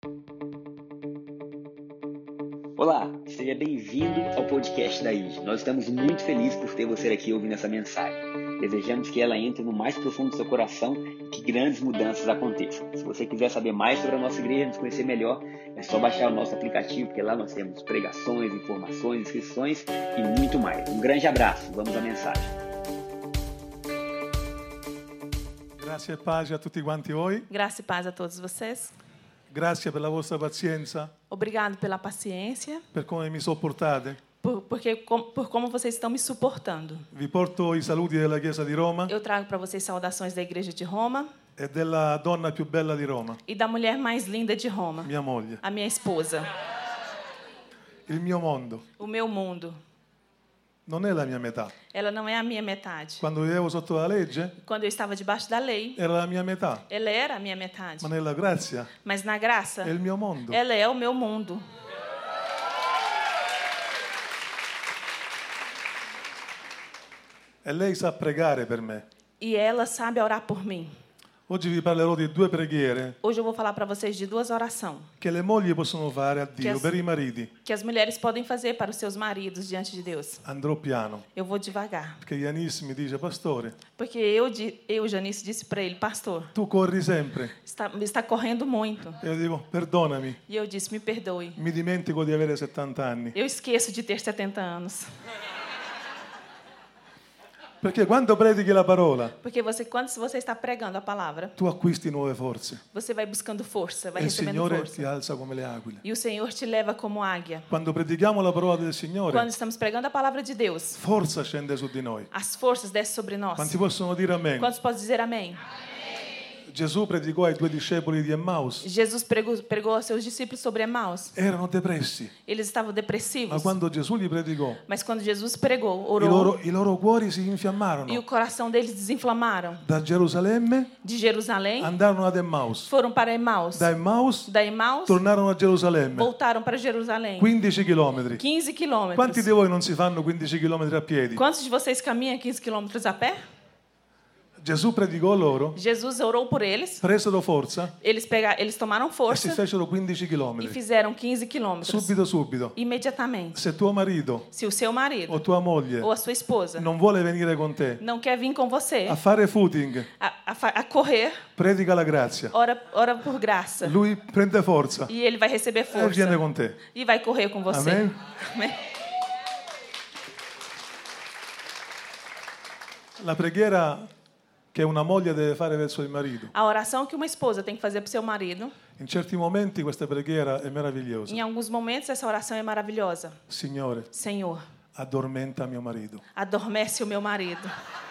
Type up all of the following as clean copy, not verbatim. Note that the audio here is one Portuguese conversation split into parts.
Olá, seja bem-vindo ao podcast da IG. Nós estamos muito felizes por ter você aqui ouvindo essa mensagem. Desejamos que ela entre no mais profundo do seu coração e que grandes mudanças aconteçam. Se você quiser saber mais sobre a nossa igreja, nos conhecer melhor, é só baixar o nosso aplicativo, porque lá nós temos pregações, informações, inscrições e muito mais. Um grande abraço, vamos à mensagem. Grazie e pace a tutti quanti voi. Graça e paz a todos vocês. Grazie per la vostra pazienza, Obrigado pela paciência, per come mi sopportate. por como vocês estão me suportando. Vi porto i saluti della Chiesa di Roma Eu trago para vocês saudações da Igreja de Roma e della donna più bella di Roma, e da mulher mais linda de Roma, mia moglie. a minha esposa. Il mio mondo O meu mundo. non è la mia metà. Ela não é a minha metade. Quando vivevo sotto la legge Quando eu estava debaixo da lei, era la mia metà, ela era a minha metade. ma nella grazia Mas na graça, è il mio mondo. ela é o meu mundo. E lei sa pregare per me. E ela sabe orar por mim. Oggi vi parlerò di due preghiere Hoje eu vou falar para vocês de duas orações che le mogli possono fare a Dio per i mariti. que as mulheres podem fazer para os seus maridos diante de Deus. Andrò piano, Eu vou devagar. perché Yanis mi dice, pastore, Porque Janice, disse para ele, pastor, tu corri sempre. está correndo muito. E io dico, perdonami, E eu disse, me perdoe. mi dimentico di avere 70 anni. Eu esqueço de ter 70 anos. Perché quando predichi la parola, Porque quando você está pregando a palavra, tu acquisti nuove forze. você vai buscando força, vai E il recebendo Signore ti força. alza come le aquile. E o Senhor te leva como águia. Quando predichiamo la parola del Signore, Quando estamos pregando a palavra de Deus, forza scende su di noi. as forças descem sobre nós. Quanti possono dire amen? Quantos podem dizer amém? Gesù predicò ai due discepoli di Emmaus. Jesus pregou aos seus discípulos sobre Emmaus. Erano depressi, Eles estavam ma depressivos. quando Gesù li predicò, Mas quando Jesus pregou, orou, i loro cuori si e o infiammarono. coração deles desinflamaram. Da Gerusalemme De Jerusalém, andarono ad Emmaus. foram para Emmaus. Da Emmaus Da Emmaus, tornarono a Gerusalemme. voltaram para Jerusalém. 15 chilometri. 15 quilômetros. Quanti di voi non si fanno 15 chilometri a piedi? Quantos de vocês caminham 15 quilômetros a pé? Gesù predicò loro, Jesus orou por eles. presero forza Eles tomaram e si força fecero 15 e chilometri. fizeram 15 quilômetros. Subito. Imediatamente. Se tuo marito Se o seu marido o tua moglie ou a sua esposa non vuole venire con te não quer vir com você a fare footing, a correr, predica la grazia. ora por graça. Lui prende forza E ele vai receber e força. viene con te. E vai correr com você. Amém? Amém. La preghiera che una moglie deve fare verso il marito. A oração que uma esposa tem que fazer para o seu marido, In certi momenti questa preghiera è meravigliosa. em alguns momentos essa oração é maravilhosa. Signore, Senhor, addormenta mio marito. adormece o meu marido.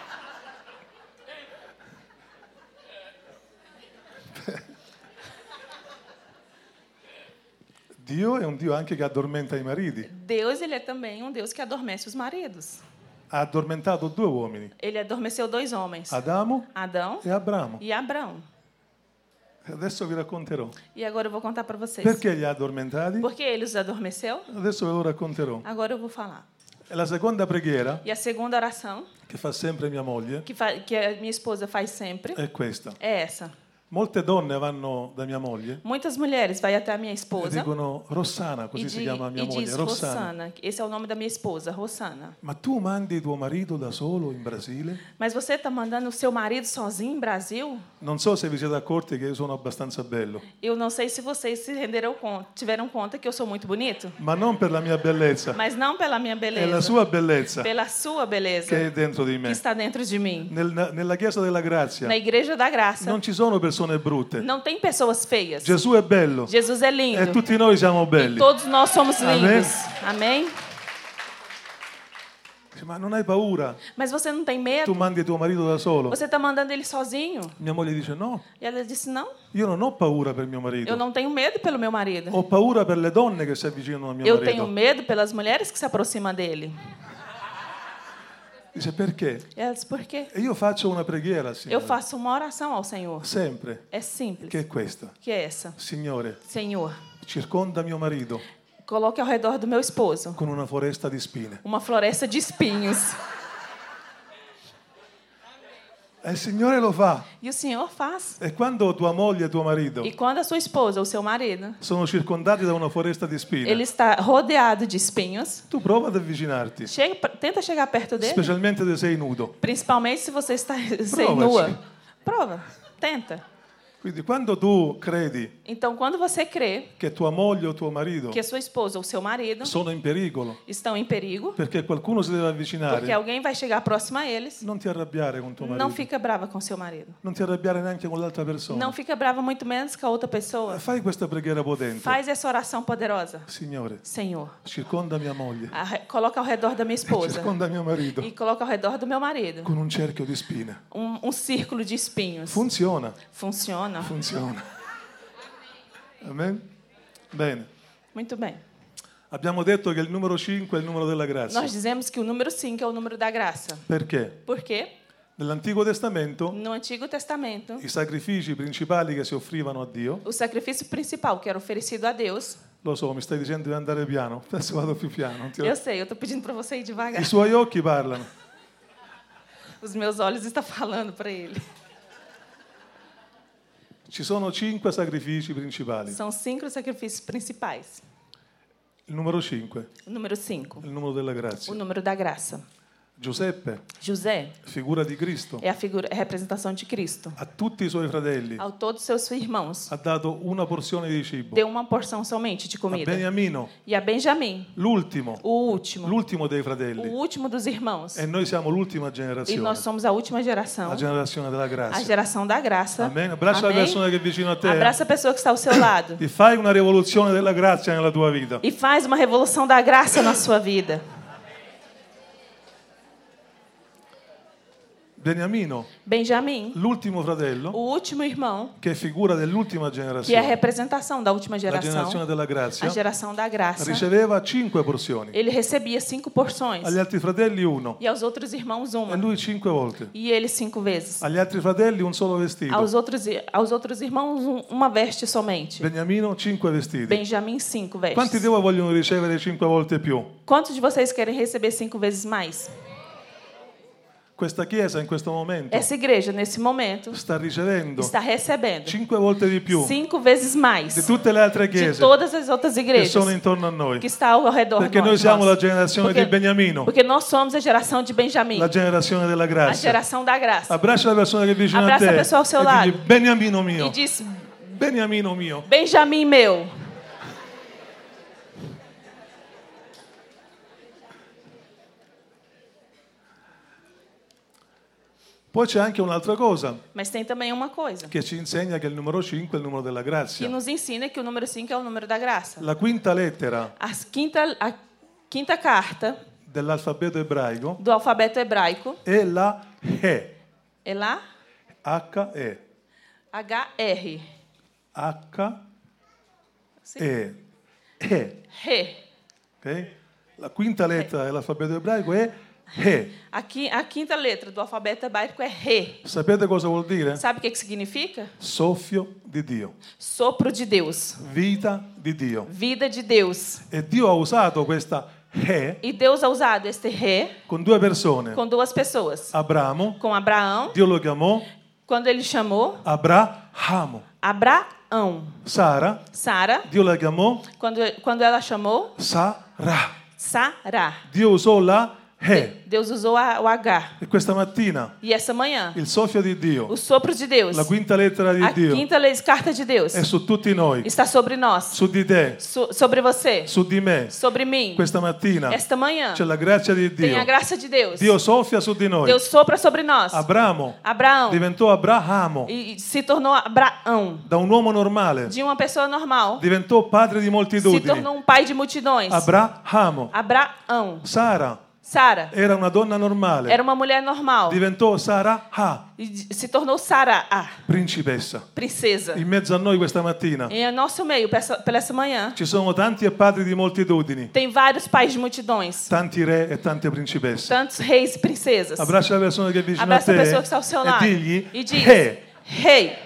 Dio è un Dio anche che addormenta i mariti. Deus, ele é também um Deus que adormece os maridos. Ha addormentato due uomini, Ele adormeceu dois homens, Adamo Adão e Abramo. e Abrão. Adesso vi racconterò. E agora eu vou contar para vocês. Perché li ha addormentati? Por que ele os adormeceu? Adesso ve lo racconterò. Agora eu vou falar. E la seconda preghiera, E a segunda oração, che fa sempre mia moglie, que a minha esposa faz sempre, è questa. é essa. Molte donne vanno da mia moglie Muitas mulheres vai até a minha e esposa dicono Rossana, così si chiama mia e moglie, diz Rossana. Rossana. Esse é o nome da minha esposa, Rossana. Ma tu mandi tuo marito da solo in Brasile? Mas você está mandando o seu marido sozinho em Brasil? Non so se vi siete accorti che io sono abbastanza bello, Eu não sei se vocês tiveram conta que eu sou muito bonito, ma non per la mia bellezza, mas não pela minha è beleza, la sua bellezza pela sua beleza che è dentro di que me. está dentro de mim. Nella Chiesa della Grazia Na Igreja da Graça non ci sono persone brutte. não tem pessoas feias. Gesù è bello Jesus é e lindo. tutti noi siamo belli. Todos nós somos Amém. lindos. Amém? Ma non hai paura? Mas você não tem Tu medo? mandi tuo marito da solo? Você está mandando ele sozinho? Mia moglie dice no, E ela disse: não, io non ho paura per mio marito. eu não tenho medo pelo meu marido. Ho paura per le donne che si avvicinano a mio Eu marito. tenho medo pelas mulheres que se aproximam dele. Dice perché? E ela disse: por quê? E io faccio una preghiera, Eu Signore, faço uma oração ao Senhor. sempre, É simples. che è questa. Que é essa? Signore, Senhor, circonda mio marito coloque ao redor do meu esposo con una foresta di spine. uma floresta de espinhos. E il Signore lo fa. E o Senhor faz. E quando tua moglie e tuo marito E quando a sua esposa ou seu marido, sono circondati da una foresta di spine, ele está rodeado de espinhos, tu prova ad avvicinarti, tenta chegar perto dele, specialmente se sei nudo. principalmente se você está sem Prova, nua. sim. Prova, tenta. Quindi quando tu credi Então, quando você crê che tua moglie o tuo marito que a sua esposa ou seu marido sono in pericolo estão em perigo, perché qualcuno si deve porque avvicinare, alguém vai chegar próximo a eles, non ti arrabbiare con tuo não marito, fica brava com seu marido. non ti arrabbiare neanche con l'altra persona. Não fica brava muito menos com a outra pessoa. Fai questa preghiera potente. Faz essa oração poderosa. Signore, Senhor, circonda mia moglie, coloca ao redor da minha esposa circonda mio marito e coloca ao redor do meu marido con un cerchio di spine. um círculo de espinhos. Funziona, Funciona. funziona. Amen? Bene. Muito bem. Abbiamo detto che il numero 5 è il numero della grazia. Nós dizemos que o número 5 é o número da graça. Perché? Por quê? Nell'Antico Testamento No Antigo Testamento, i sacrifici principali che si offrivano a Dio, o sacrifício principal que era oferecido a Deus, lo so, mi stai dicendo di andare piano, adesso vado più piano. non ti- eu sei, eu estou pedindo para você ir devagar. I suoi occhi parlano. Os meus olhos estão falando para ele. Ci sono 5 sacrifici principali. São 5 sacrifícios principais. Il numero 5 O número 5, è il numero della o grazia. número da graça. Giuseppe, José figura di Cristo, é a figura, é a representação de Cristo. a tutti i suoi fratelli Ao todos seus irmãos, ha dato una porzione di cibo. deu uma porção somente de A comida. Beniamino, E a Benjamim, l'ultimo o último dei o fratelli. último dos irmãos. E noi siamo l'ultima E generazione, nós somos a última geração, la generazione della a grazia. geração da graça. Amen. Abbraccia la Amém? persona che è vicino a te. Abraça a pessoa que está ao seu lado Ti fai una rivoluzione della grazia nella tua vita. e faz uma revolução da graça na sua vida. Beniamino, Benjamim, l'ultimo fratello, o último irmão, che è figura dell'ultima que é a generazione, representação da última la geração, generazione della a grazia, geração da graça, riceveva 5 porzioni, ele recebia 5 porções agli altri fratelli 1 e aos outros irmãos e uma, lui 5 volte, e ele 5 vezes. agli altri fratelli un solo vestito, Aos outros irmãos uma veste somente. Beniamino 5 vestiti. Benjamim 5 Quanti vestes. di voi vogliono ricevere 5 volte più? Quantos de vocês querem receber 5 vezes mais? Questa chiesa in questo momento Essa igreja nesse momento sta ricevendo está recebendo 5 volte di più 5 vezes mais di tutte le altre de chiese todas as outras che igrejas sono intorno a noi, que está ao redor perché noi siamo la generazione di Beniamino, porque nós somos a geração de Benjamim, la generazione della a grazia. geração da graça. Abbraccia la persona che è vicino a Abraça te a pessoa ao seu e lado. digli, Beniamino E mio, diz: Beniamino mio. Benjamim meu. Poi c'è anche un'altra cosa Mas tem também uma coisa che ci insegna che il numero 5 è il numero della que grazia. nos ensina que o número 5 é o número da graça. La quinta lettera A quinta carta dell'alfabeto ebraico do alfabeto hebraico è la He, é lá H-E, HR. H-E, He, Re. ok? La quinta lettera dell'alfabeto ebraico è He. Aqui, a quinta letra do alfabeto hebraico é Re. Sapete cosa vuol dire? Sabe o que significa? Soffio di Dio, Sopro de Deus. vita di Dio. Vida de Deus. E Dio ha usato questa He E Deus ha usado este Re con due persone. com duas pessoas. Abramo, Com Abraão, Dio lo chiamò quando ele chamou Abrahamo. Abraão. Sara, Sara, Dio la chiamò quando ela chamou Sarà. Sará. Dio usò la He. Deus usou o H. E questa mattina E essa manhã, il soffio di Dio, o sopro de Deus, la quinta lettera di a Dio, quinta carta de Deus, è su tutti noi, está sobre nós, su di te, sobre você, su di me. sobre mim. Questa mattina Esta manhã c'è la grazia di tem Dio. a graça de Deus. Dio soffia su di noi. Deus sopra sobre nós. Abramo Abraão diventò Abrahamo. e se tornou Abraão. Da un uomo normale De uma pessoa normal, diventò padre di se moltitudini. tornou pai de multidões. Abrahamo. Abraão. Sara Sara era una donna normale. era uma mulher normal Diventò Sarah, e se tornou Sara, principessa. princesa. In mezzo a noi questa mattina Em nosso meio, pela essa manhã, ci sono tanti padri di moltitudini, tem vários pais de multidões, tanti re e tante principesse. tantos reis e princesas. Abbraccia la persona che è vicino a Abraça a te pessoa que está ao seu lado e digli e diz: He. Rei.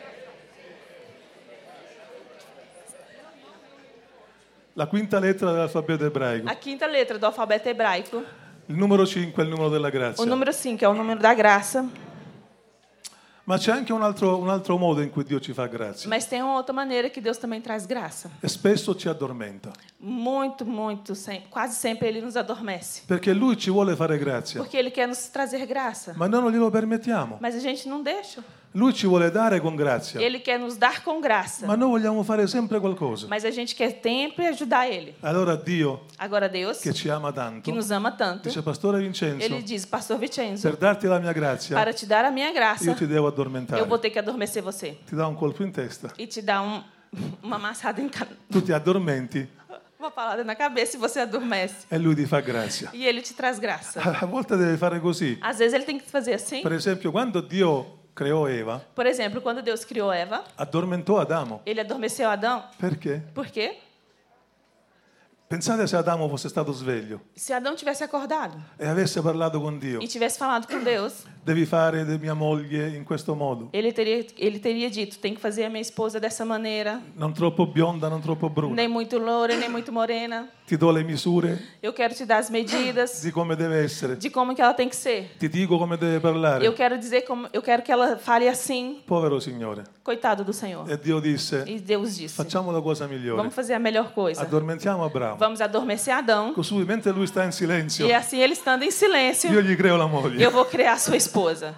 La quinta lettera dell'alfabeto ebraico. A quinta letra do alfabeto hebraico. Il numero 5 è il numero della grazia. O número 5 é o número da graça. Ma c'è anche un altro modo in cui Dio ci fa grazia. Mas tem uma outra maneira que Deus também traz graça. E spesso ci addormenta. Muito, quase sempre Ele nos adormece. Perché Lui ci vuole fare grazia. Porque Ele quer nos trazer graça. Ma noi non glielo permettiamo. Mas a gente não deixa. Lui ci vuole dare con grazia. Ele quer nos dar com graça. Ma noi vogliamo fare sempre qualcosa. Mas a gente quer sempre ajudar Ele. Allora Dio, Agora Deus, che ci ama tanto, que nos ama tanto, dice: Pastore Vincenzo, Ele diz, Pastor Vincenzo, per darti la mia grazia, para te dar a minha graça, io ti devo addormentare. eu vou ter que adormecer você. Ti dà un colpo in testa. E te dar uma amassada em Tu ti addormenti uma palavra na cabeça e você adormece. e Lui ti fa grazia. E Ele te traz graça. A volte deve fare così. Às vezes Ele tem que fazer assim. Per esempio, quando Dio creò Eva, Por exemplo, quando Deus criou Eva, addormentò Adamo. Ele adormeceu Adão. Perché? Por quê? Pensate se Adamo fosse stato sveglio Se Adão tivesse acordado e avesse parlato con Dio. e tivesse falado com Deus, Devi fare di mia moglie in questo modo. ele teria dito, tem que fazer a minha esposa dessa maneira, Non troppo bionda, non troppo bruna. nem muito loura, nem muito morena. Ti do le misure Eu quero te dar as medidas di come deve essere. de como que ela tem que ser. Ti dico come deve parlare. Eu quero dizer como, eu quero que ela fale assim. Povero Signore. Coitado do Senhor. E Dio disse: E Deus disse: facciamo la cosa migliore. vamos fazer a melhor coisa. Addormentiamo Abramo. Vamos adormecer Adão. Così, mentre lui sta in silenzio, E assim ele estando em silêncio, io gli creo la moglie. eu vou criar sua esposa.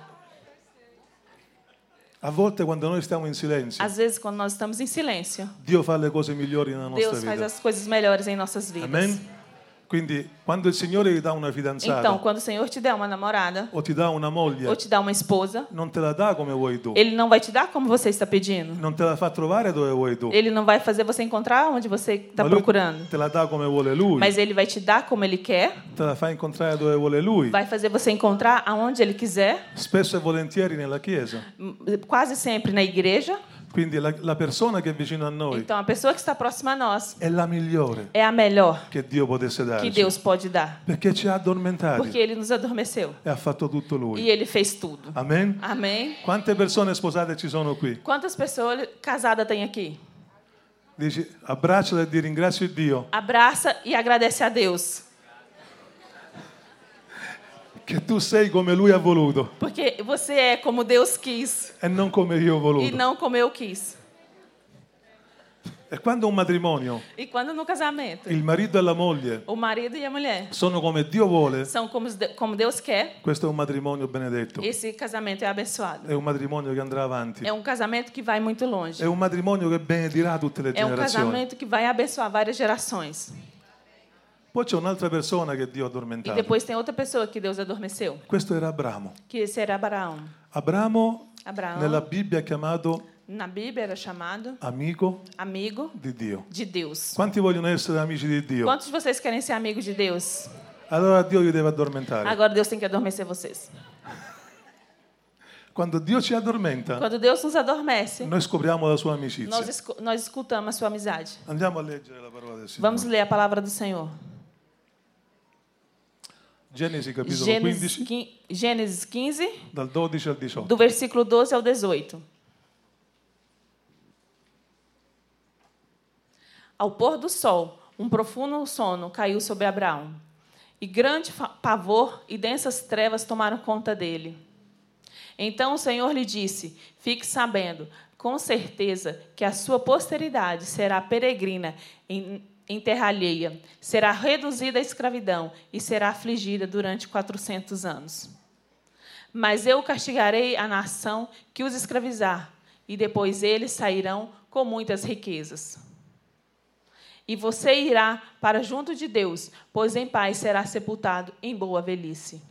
A volte quando noi stiamo in silenzio, Às vezes, quando nós estamos em silêncio, Dio fa le cose migliori nella nostra Deus faz vita. as coisas melhores em nossas vidas. Amen? Quindi, quando il Signore ti dà una fidanzata Então, quando o Senhor te der uma namorada o ti dà una moglie, ou te dá uma esposa, non te la dà come vuoi tu. Ele não vai te dar como você está pedindo. Non te la fa trovare dove vuoi tu. Ele não vai fazer você encontrar onde você está Ma lui procurando. te la dà come vuole lui. Mas Ele vai te dar como Ele quer, Te la fa incontrare dove vuole lui. vai fazer você encontrar aonde Ele quiser, Spesso e volentieri nella chiesa. quase sempre na igreja. Quindi la persona che è vicino a noi Então, a pessoa que está próxima a nós è la migliore é a melhor che Dio potesse que darci. Deus pode dar, Perché ci ha addormentati porque Ele nos adormeceu e ha fatto tutto lui. e Ele fez tudo. Amen? Amém? Quante persone sposate ci sono qui? Quantas pessoas casadas tem aqui? Dici, abbracciala e di ringrazio Dio Abraça e agradece a Deus, che tu sei come lui ha voluto porque você é como Deus quis e non come io ho e voluto. não como eu quis. E quando un matrimonio, E quando no casamento, il marito e la moglie o marido e a mulher sono come Dio vuole, são como Deus quer, questo è un matrimonio benedetto. esse casamento é abençoado. È un matrimonio che andrà avanti. É um casamento que vai muito longe. È un matrimonio che benedirà tutte le É um generazioni. casamento que vai abençoar várias gerações. Poi c'è un'altra persona che Dio ha E addormentato. depois tem outra pessoa que Deus adormeceu, Questo era Abramo. que esse era Abraão. Abramo Abraão, nella Bibbia è chiamato na Bíblia, era chamado amico amigo di Dio. de Deus. Quanti vogliono essere amici di Dio? Quantos de vocês querem ser amigos de Deus? Allora Dio li deve addormentare. Agora Deus tem que adormecer vocês. Quando Dio ci addormenta, Quando Deus nos adormece, noi scopriamo la sua amicizia. nós escutamos a sua amizade. Andiamo a leggere la parola del Signore. Vamos ler a palavra do Senhor. Genesi capitolo Gênesis 15, Gênesis 15, dal 12 al 18. do versículo 12 ao 18. Ao pôr do sol, um profundo sono caiu sobre Abraão, e grande pavor e densas trevas tomaram conta dele. Então o Senhor lhe disse: fique sabendo, com certeza, que a sua posteridade será peregrina em terra alheia, será reduzida à escravidão e será afligida durante 400 anos. Mas eu castigarei a nação que os escravizar, e depois eles sairão com muitas riquezas. E você irá para junto de Deus, pois em paz será sepultado em boa velhice.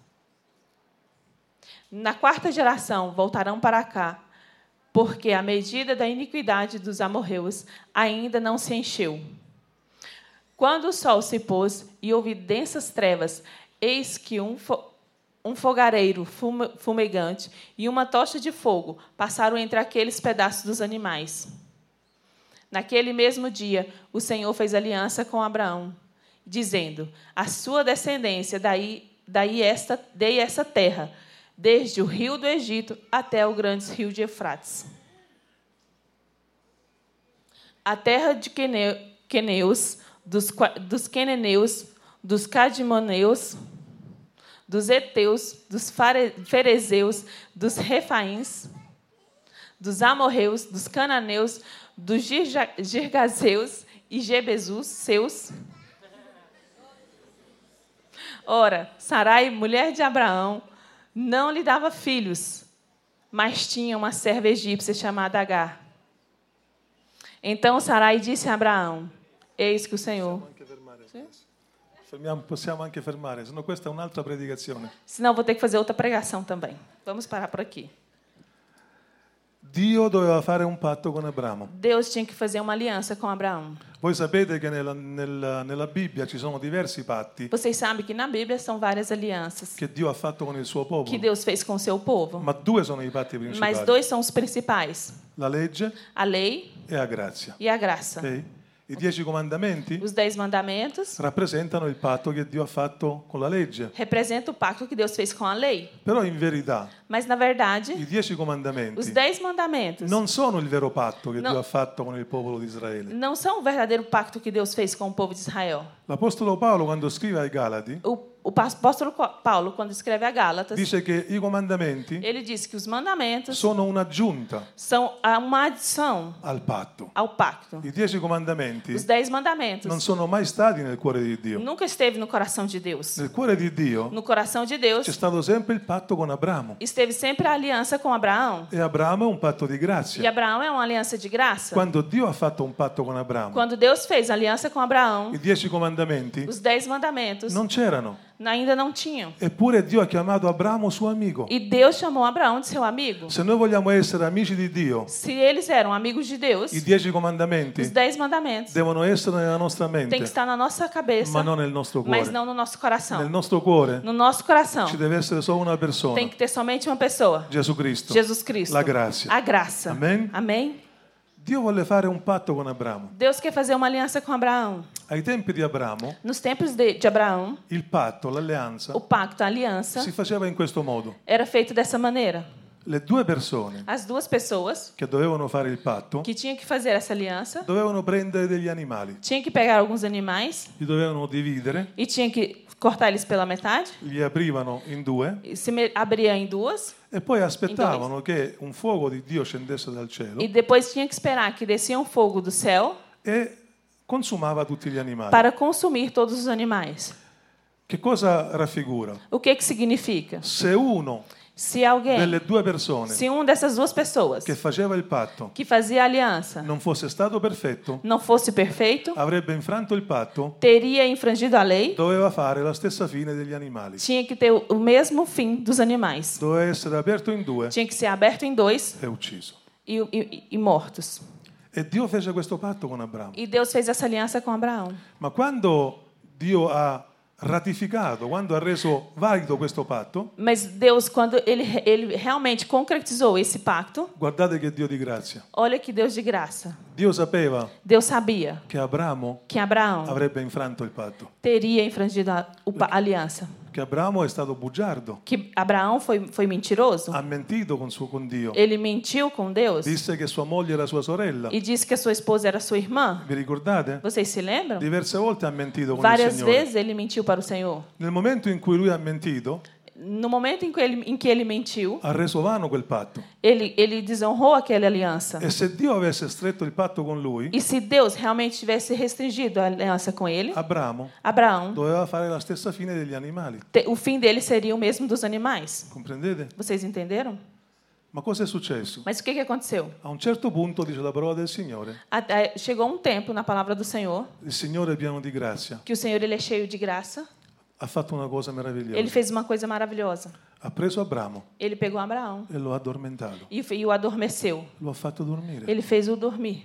Na 4ª geração voltarão para cá, porque a medida da iniquidade dos amorreus ainda não se encheu. Quando o sol se pôs e houve densas trevas, eis que um fogareiro fumegante e uma tocha de fogo passaram entre aqueles pedaços dos animais. Naquele mesmo dia, o Senhor fez aliança com Abraão, dizendo: a sua descendência dei esta terra, desde o rio do Egito até o grande rio de Eufrates. A terra de Queneus, dos Queneneus, dos Cadmoneus, dos Heteus, dos Ferezeus, dos Refaíns dos amorreus, dos cananeus, dos girgazeus e jebeus seus. Ora, Sarai, mulher de Abraão, não lhe dava filhos, mas tinha uma serva egípcia chamada Agar. Então Sarai disse a Abraão: eis que o Senhor... Possiamo anche fermare, senão questa è un'altra predicazione. Senão vou ter que fazer outra pregação também. Vamos parar por aqui. Dio doveva fare un patto con Abramo. Deus tinha que fazer uma aliança com Abraão. Voi sapete che nella Bibbia ci sono diversi patti Vocês sabem que na Bíblia são várias alianças che Dio ha fatto con il suo popolo. que Deus fez com o seu povo. Ma due sono i patti principali. Mas dois são os principais: La legge a lei e la grazia. e a graça. Ok? I 10 comandamenti Os 10 mandamentos rappresentano il patto che Dio ha fatto con la legge. representam o pacto que Deus fez com a lei. Però in verità Mas, na verdade, i 10 os comandamenti 10 mandamentos non sono il vero patto che No. Dio ha fatto con il popolo di Israele. não são o verdadeiro pacto que Deus fez com o povo de Israel. L'Apostolo Paolo, quando scrive ai Galati, O apóstolo Paulo, quando escreve a Gálatas, dice che i comandamenti ele diz que os mandamentos sono un'aggiunta são uma adição al patto. ao pacto. I 10 comandamenti Os 10 mandamentos non sono mai stati nel cuore di Dio. nunca esteve no coração de Deus. Nel cuore di Dio No coração de Deus c'è stato sempre il patto con Abramo. esteve sempre a aliança com Abraão. E Abramo è un patto di E grazia. Abraão é uma aliança de graça. Quando Dio ha fatto un patto con Abramo, Quando Deus fez aliança com Abraão, i 10 comandamenti os 10 mandamentos non c'erano. ainda não tinham. Eppure Dio ha chiamato Abramo suo amico. E Deus chamou Abraão de seu amigo. Se noi vogliamo essere amici di Dio, Se eles eram amigos de Deus, i 10 os comandamenti 10 mandamentos devono essere nella nostra têm que mente, estar na nossa cabeça, ma non nel nostro mas cuore. não no nosso Nel coração. nostro cuore No nosso coração ci deve essere solo una persona, tem que ter somente uma pessoa: Gesù Cristo. Jesus Cristo. La grazia. A graça. Amém? Amém? Dio volle fare un patto con Abramo. Deus quer fazer uma aliança com Abraão. Ai tempi di Abramo, Nos tempos de Abraão, il patto, l'alleanza, o pacto, a aliança, si faceva in questo modo. era feito dessa maneira. Le due persone As duas pessoas che dovevano fare il patto que tinham que fazer essa aliança dovevano prendere degli animali, tinham que pegar alguns animais li dovevano dividere, e tinham que cortar eles pela metade, li aprivano in due e abria em duas, e poi aspettavano che un fuoco di Dio scendesse dal cielo e depois tinha que esperar que descia um fogo do céu e consumava tutti gli animali. para consumir todos os animais. Che cosa raffigura? O que significa? Se uno Se alguém, delle due persone se dessas duas pessoas che faceva il patto que fazia a aliança non fosse stato perfetto, não fosse perfeito, avrebbe infranto il patto, teria infrangido a lei, doveva fare la stessa fine degli animali. tinha que ter o mesmo fim dos animais. Doveva essere aperto in due Tinha que ser aberto em dois e ucciso. e mortos. E Dio fece questo patto con Abramo. E Deus fez essa aliança com Abraão. Ma quando Dio ha ratificato, quando ha reso valido questo patto, Mas Deus, quando ele realmente concretizou esse pacto, guardate che Dio di grazia. olha que Deus de graça. Dio sapeva Deus sabia che Abramo que Abraão avrebbe infranto il patto, teria infrangido a aliança. che Abramo è stato bugiardo, Que Abraão foi mentiroso. ha mentito con Dio, Ele mentiu com Deus disse che sua moglie era sua sorella. e disse que a sua esposa era sua irmã. Vi ricordate? Vocês se lembram? Diverse volte ha mentito con il Várias Signore. vezes ele mentiu para o Senhor. Nel momento in cui lui ha mentito, No momento em que ele mentiu, ha reso vano quel patto. ele desonrou aquela aliança. E se Dio avesse stretto il patto con lui, E se Deus realmente tivesse restringido a aliança com ele, Abramo Abraão, doveva fare la stessa fine degli animali. o fim dele seria o mesmo dos animais. Comprendete? Vocês entenderam? Ma cosa è successo? Mas o que aconteceu? A un certo punto, dice la parola del Signore, Chegou um tempo na palavra do Senhor il Signore è pieno di grazia, que o Senhor ele é cheio de graça. ha fatto una cosa Ele meravigliosa. fez uma coisa maravilhosa. Ha preso Abramo Ele pegou Abraão e lo ha addormentato, e o adormeceu. lo ha fatto dormire. Ele fez-o dormir.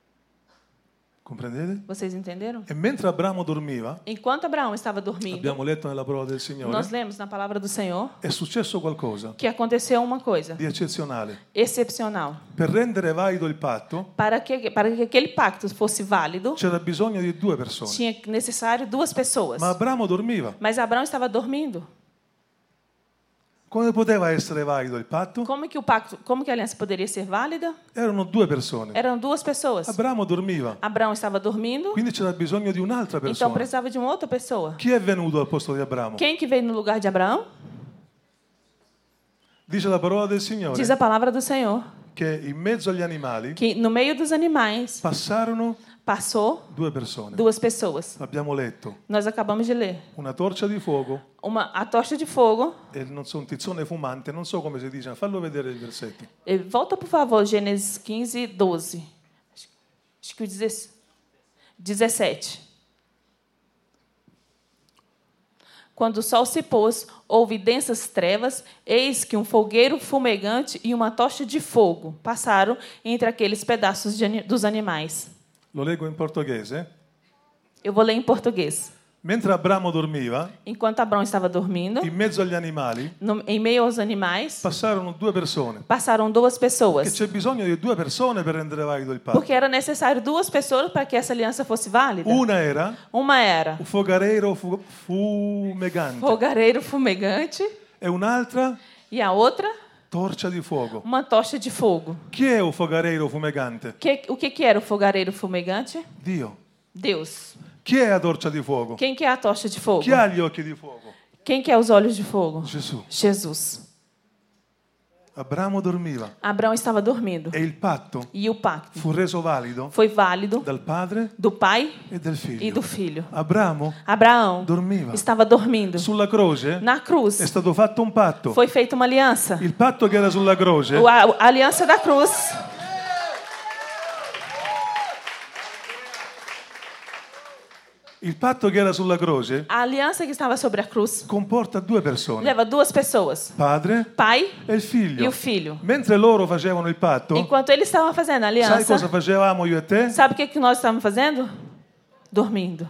Comprendete? Vocês entenderam? E mentre Abramo dormiva, Enquanto Abraão estava dormindo, abbiamo letto nella parola del Signore, nós lemos na palavra do Senhor è successo qualcosa que aconteceu uma coisa di eccezionale. excepcional. Per rendere valido il patto Para que aquele pacto fosse válido, c'era bisogno di due persone. tinha necessário duas pessoas. Ma Abramo dormiva. Mas Abraão estava dormindo. Come poteva essere valido il patto? Como que a aliança poderia ser válida? Erano due persone. Eram duas pessoas. Abramo dormiva, Abraão estava dormindo, quindi c'era bisogno di un'altra então persona. precisava de uma outra pessoa. Chi è venuto al posto di Abramo? Quem que veio no lugar de Abraão? Dice la parola del Signore Diz a palavra do Senhor che in mezzo agli animali que no meio dos animais passarono passou 2 persone. 2 pessoas. Abbiamo letto Nós acabamos de ler. una torcia di fuoco A tocha de fogo. e non so, un tizzone fumante, non so come si dice, fallo vedere il versetto. Volta, por favor, Gênesis 15, 12. Acho que o 17. Quando o sol se pôs, houve densas trevas, eis que um fogueiro fumegante e uma tocha de fogo passaram entre aqueles pedaços dos animais. Lo leggo in portoghese. Eu vou ler em português. Mentre Abramo dormiva, Enquanto Abraão estava dormindo, in mezzo agli animali em meio aos animais, passarono 2 persone. passaram 2 Che pessoas. c'è bisogno di 2 persone per rendere valido il patto. Porque era necessário 2 pessoas para que essa aliança fosse válida. Una era Uma era un fogareiro fumegante fogareiro fumegante e un'altra e a outra, torcia di fuoco. uma tocha de fogo. Chi è un fogareiro fumegante? O que era o fogareiro fumegante? Dio. Deus. Chi è la torcia di fuoco? Quem que é a tocha de fogo? Chi ha gli occhi di fuoco? Quem que é os olhos de fogo? Gesù. Jesus. Abramo dormiva Abraão estava dormindo. e il patto E o pacto fu reso valido foi válido dal padre do pai e del e figlio. do filho. Abramo Abraão dormiva. estava dormindo. Sulla croce Na cruz è stato fatto un patto. foi feita uma aliança. Il patto che era sulla croce A aliança da cruz. Il patto che era sulla croce A aliança que estava sobre a cruz comporta 2 persone, leva 2 pessoas, padre pai e il figlio. e o filho. Mentre loro facevano il patto, Enquanto eles estavam fazendo a sai cosa aliança, facevamo io e te? sabe o que nós estávamos fazendo? Dormindo.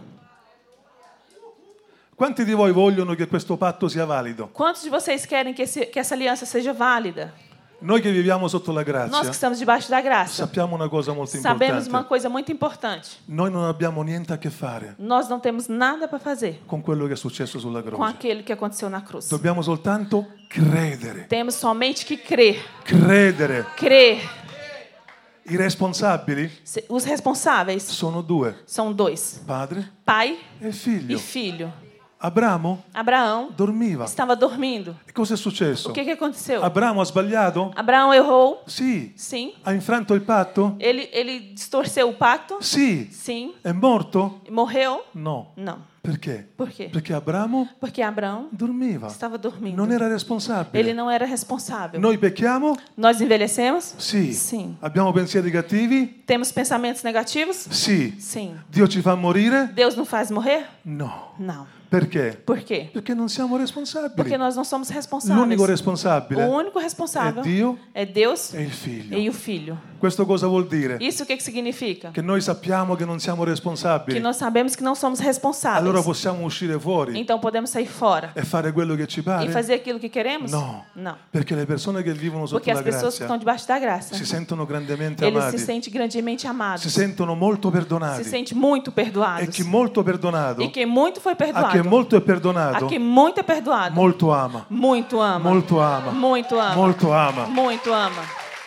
Quanti di voi vogliono che questo patto sia valido? Quantos de vocês querem que essa aliança seja válida? Noi che viviamo sotto la Nós que grazia estamos debaixo da graça, sappiamo una cosa molto sabemos uma importante. coisa muito importante. Noi non abbiamo niente a che fare Nós não temos nada para fazer con quello che è successo sulla com croce. aquele que aconteceu na cruz. Dobbiamo soltanto credere. Temos somente que crer. Credere. Crer. I responsabili Os responsáveis sono 2, são 2: padre pai e e figlio. filho. Abramo Abraão dormiva. estava dormindo. E cosa è successo? O que aconteceu? Abramo ha sbagliato? Abraão errou? Sì. Sim. Ha infranto il patto? Ele distorceu o pacto? Sì. Sim. È morto? Morreu? No. Não. Perché? Por quê? Perché Abramo Porque Abraão dormiva. estava dormindo. Non era responsabile. Ele não era responsável. Noi pecchiamo? Nós envelhecemos? Sì. Sim. Abbiamo pensieri cattivi? Temos pensamentos negativos? Sì. Sim. Dio ci fa morire? Deus nos faz morrer? No. Não. Perché? Por quê? Perché non siamo responsabili. Porque nós não somos responsáveis. L'unico responsabile O único responsável è Dio é Deus e il figlio. e o Filho. Questo cosa vuol dire? Isso o que significa? Che noi sappiamo che non siamo Que responsabili. nós sabemos que não somos responsáveis. Allora possiamo uscire fuori Então podemos sair fora e fare quello che ci e pare? fazer aquilo que queremos? No. Não. Perché le persone che vivono sotto Porque la as pessoas que grazia estão debaixo da graça, si sentono grandemente eles se amati, sentem grandemente amados, si sentono molto se perdonati. sentem muito E perdoados. chi molto perdonato, E quem muito foi a perdoado, chi molto è a perdonato, quem muito é perdoado, molto ama. muito ama. Molto ama. Muito ama. Molto ama. Muito ama.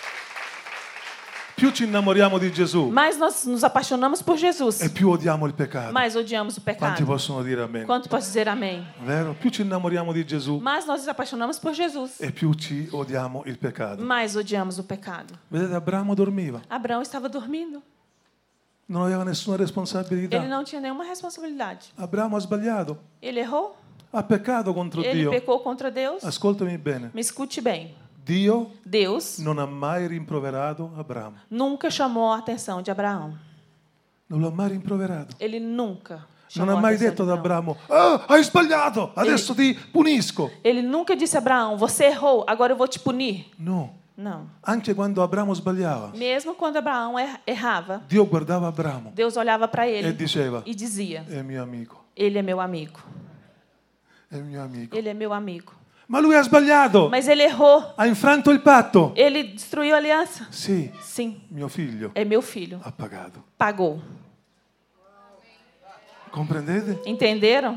Più ci innamoriamo di Gesù Mas nós nos apaixonamos por Jesus, e più odiamo il peccato. mas odiamos o Quanti pecado. possono dire amen? Quanto posso dizer amém? Vero? Più ci innamoriamo di Gesù Mas nós nos apaixonamos por Jesus, e più ci odiamo il peccato. mas odiamos o pecado. Vedete, Abramo dormiva, Abraão estava dormindo. non aveva nessuna Ele responsabilità. não tinha nenhuma responsabilidade. Abramo ha sbagliato, Ele errou. ha peccato contro Ele Dio. pecou contra Deus. Ascoltami bene, Me escute bem. Dio Deus non ha mai rimproverato Abramo. nunca chamou a atenção de Abraão. Non l'ha mai rimproverato. Ele nunca Non chamou ha a mai atenção detto de ad Abraão. Abramo, hai sbagliato, adesso ti punisco. Ele nunca disse a Abraão, você errou, agora eu vou te punir. No, Não. anche quando Abramo sbagliava, Mesmo quando Abraão errava, Dio guardava Abramo Deus olhava para e ele diceva, e dizia, è mio amico, ele é meu amigo. è mio amico. Ele é meu amigo. Ma lui ha sbagliato, Mas ele errou. ha infranto il patto. Ele destruiu a aliança. Sì, Sim, mio figlio é meu filho. ha pagato. Pagou. Comprendete? Entenderam?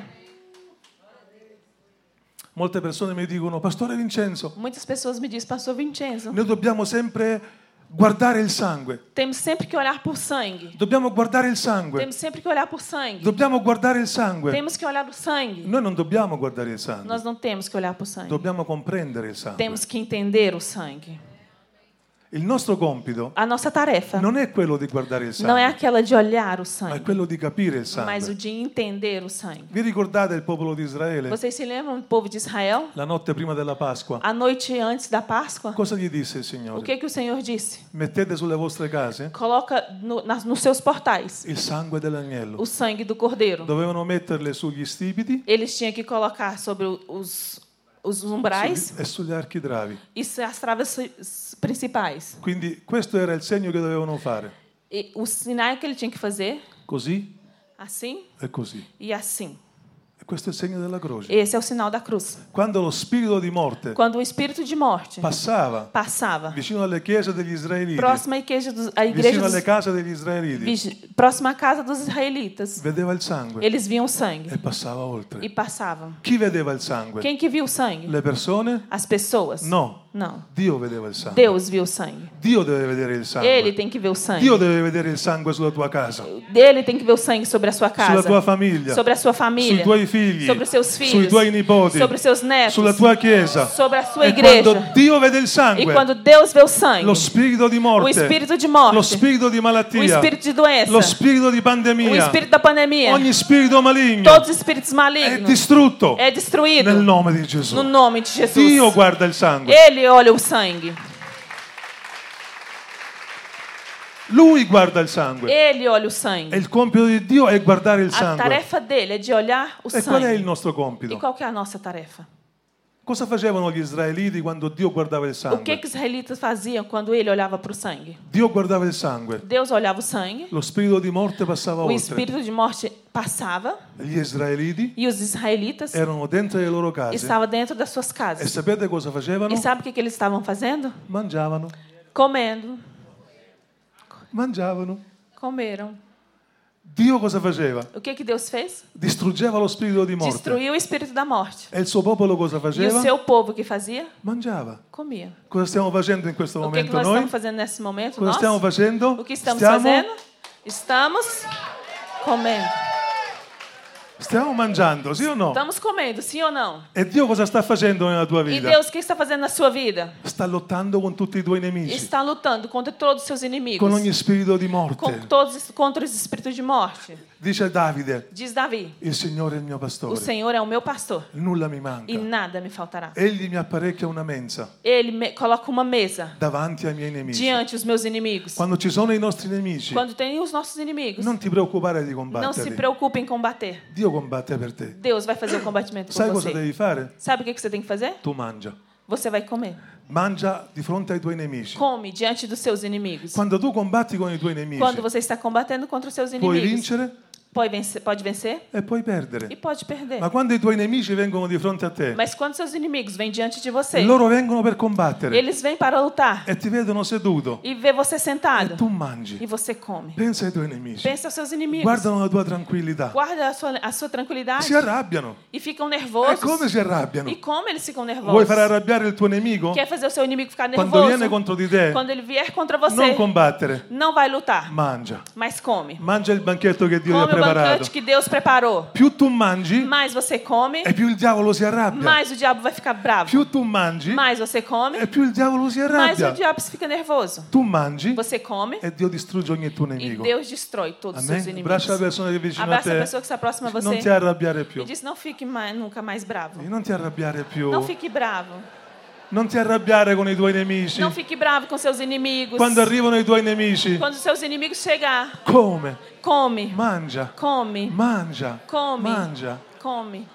Molte persone mi dicono, Pastore Vincenzo, Muitas pessoas me dizem, pastor Vincenzo, noi dobbiamo sempre guardare il sangue. temos sempre que olhar por sangue. Dobbiamo guardare il sangue. Temos sempre que olhar por sangue. Dobbiamo guardare il sangue. Temos que olhar por sangue. Noi non dobbiamo guardare il sangue. Nós não temos que olhar por sangue. Dobbiamo comprendere il sangue. Temos que entender o sangue. Il nostro compito A nossa tarefa non è quello di guardare il não é sangue, aquela de olhar o ma è sangue, quello di capire il mas o sangue. de entender o sangue. Vi ricordate il popolo di Israele? Vocês se lembram do povo de Israel? La notte prima della Pasqua. A noite antes da Páscoa, Cosa gli disse il o Signore? que o Senhor disse? Mettete sulle vostre case Coloca nos seus portais il sangue dell'agnello. o sangue do cordeiro. Dovevano metterle sugli stipiti Eles tinham que colocar sobre os umbrais e sugli architravi. e as travas principais. Quindi questo era il segno che dovevano fare. E o sinal que ele tinha que fazer, Così assim e così. e assim. E questo è il segno della croce. Esse é o sinal da cruz. Quando lo spirito di morte Quando o espírito de morte passava passava vicino alle chiese degli israeliti, próxima à igreja vicino alle dos, case degli israeliti, próxima à casa dos israelitas, vedeva il sangue eles viam o sangue e passava e oltre. passavam. Chi vedeva il sangue? Quem que viu o sangue? Le persone? As pessoas? No, Não. Dio vedeva il sangue. Deus viu o sangue. Dio deve vedere il sangue. Ele tem que ver o sangue. Dio deve vedere il sangue sulla tua casa, Ele tem que ver o sangue sobre a sua casa, sulla tua famiglia, sobre a sua sui família, tuoi figli, sobre os seus sui filhos, tuoi nipoti, sobre os seus netos, sulla tua chiesa. sobre a sua E igreja. quando Dio vede il E sangue, quando Deus vê o sangue, lo spirito di o morte, espírito de morte, lo spirito di o malattia, espírito de doença, lo spirito di o pandemia, espírito da pandemia, ogni spirito maligno todos os espíritos è malignos distrutto é destruído nel nome di Gesù. no nome de Jesus. Dio guarda il sangue, Ele olha o sangue. Lui guarda il sangue. Ele olha o E sangue. il compito di Dio è guardare il A sangue. tarefa dele é de olhar o E qual è il sangue. nostro E compito? qual que é a nossa tarefa? Cosa facevano gli israeliti quando Dio guardava il O que sangue? que os israelitas faziam quando ele olhava para o sangue? Dio guardava il sangue, Deus olhava o sangue, lo spirito di morte passava o oltre. espírito de morte passava Gli israeliti e os israelitas erano dentro le loro case. estavam dentro das suas E casas. sapete cosa facevano? E sabe o que que eles estavam fazendo? Mangiavano. Comendo. Mangiavano. Comeram. Dio cosa faceva? O que que Deus fez? Distruggeva lo spirito di morte. Destruiu o espírito da morte. E il suo popolo cosa E o faceva? seu povo que fazia? Mangiava. Comia. Cosa stiamo facendo in questo O que que momento nós noi? estamos fazendo nesse momento? Cosa Nós? stiamo facendo? O que estamos Stiamo- fazendo? Estamos comendo. Stiamo mangiando, sì o no? Estamos comendo, sim ou não? E Dio cosa sta facendo nella tua E vita? Deus, o que está fazendo na sua vida? Sta lottando con tutti i tuoi nemici, Está lutando contra todos os seus inimigos. con ogni spirito di Com morte. todos, contra os espíritos de morte. Dice Davide, Diz Davi: il Signore è il mio o pastore, Senhor é o meu pastor nulla mi manca. e nada me faltará. Egli mi apparecchia una mensa Ele coloca uma mesa davanti ai miei nemici. diante dos meus inimigos. Quando ci sono i nostri nemici, Quando tem os nossos inimigos, non ti preoccupare di não se combatterli. preocupe em combater. Dio combatte per te. Deus vai fazer o combatimento Sai por cosa você. devi fare? Sabe o que você tem que fazer? Tu mangia. Você vai comer. Mangia di fronte ai tuoi nemici. Come diante dos seus inimigos. Quando tu combatti con i tuoi nemici, Quando você está combatendo contra os seus puoi inimigos, vincere pode vencer e puoi e perdere. pode perder. Ma quando i tuoi nemici vengono di fronte a te, Mas quando seus inimigos vêm diante de você, loro vengono per combattere eles vêm para lutar e ti vedono seduto e vê você e sentado tu mangi. e você come. Pensa ai tuoi nemici. Pensa aos seus inimigos. Guardano la tua tranquillità. Guarda a sua tranquilidade Si arrabbiano. e ficam E nervosos. come si arrabbiano? E como eles ficam Vuoi nervosos? far arrabbiare il tuo nemico? Quer fazer o seu inimigo ficar Quando viene nervoso? contro di te, Quando ele vier contra non você, combattere, não vai lutar, mangia. mas come. Mangia il banchetto che Dio ti ha Come o preparato. banquete que Deus preparou. Più tu mangi, Mais você come, e più il diavolo si arrabbia. mais o diabo vai ficar bravo. Più tu mangi, Mais você come, e più il diavolo si mais o arrabbia. diabo fica nervoso. Tu mangi Você come e Dio distrugge ogni tuo e nemico. Deus destrói todos os seus Amen. inimigos. Abbraccia la persona che è vicino a Abraça a te. pessoa que está próxima a Non ti você arrabbiare più. e diz: não fique nunca mais bravo. Non ti arrabbiare più. Não fique bravo. Non ti arrabbiare con i tuoi nemici. Não fique bravo com seus inimigos. Quando arrivano i tuoi nemici, Quando os seus inimigos chegar, come? come, Mangia. come, Mangia. come, Mangia. come.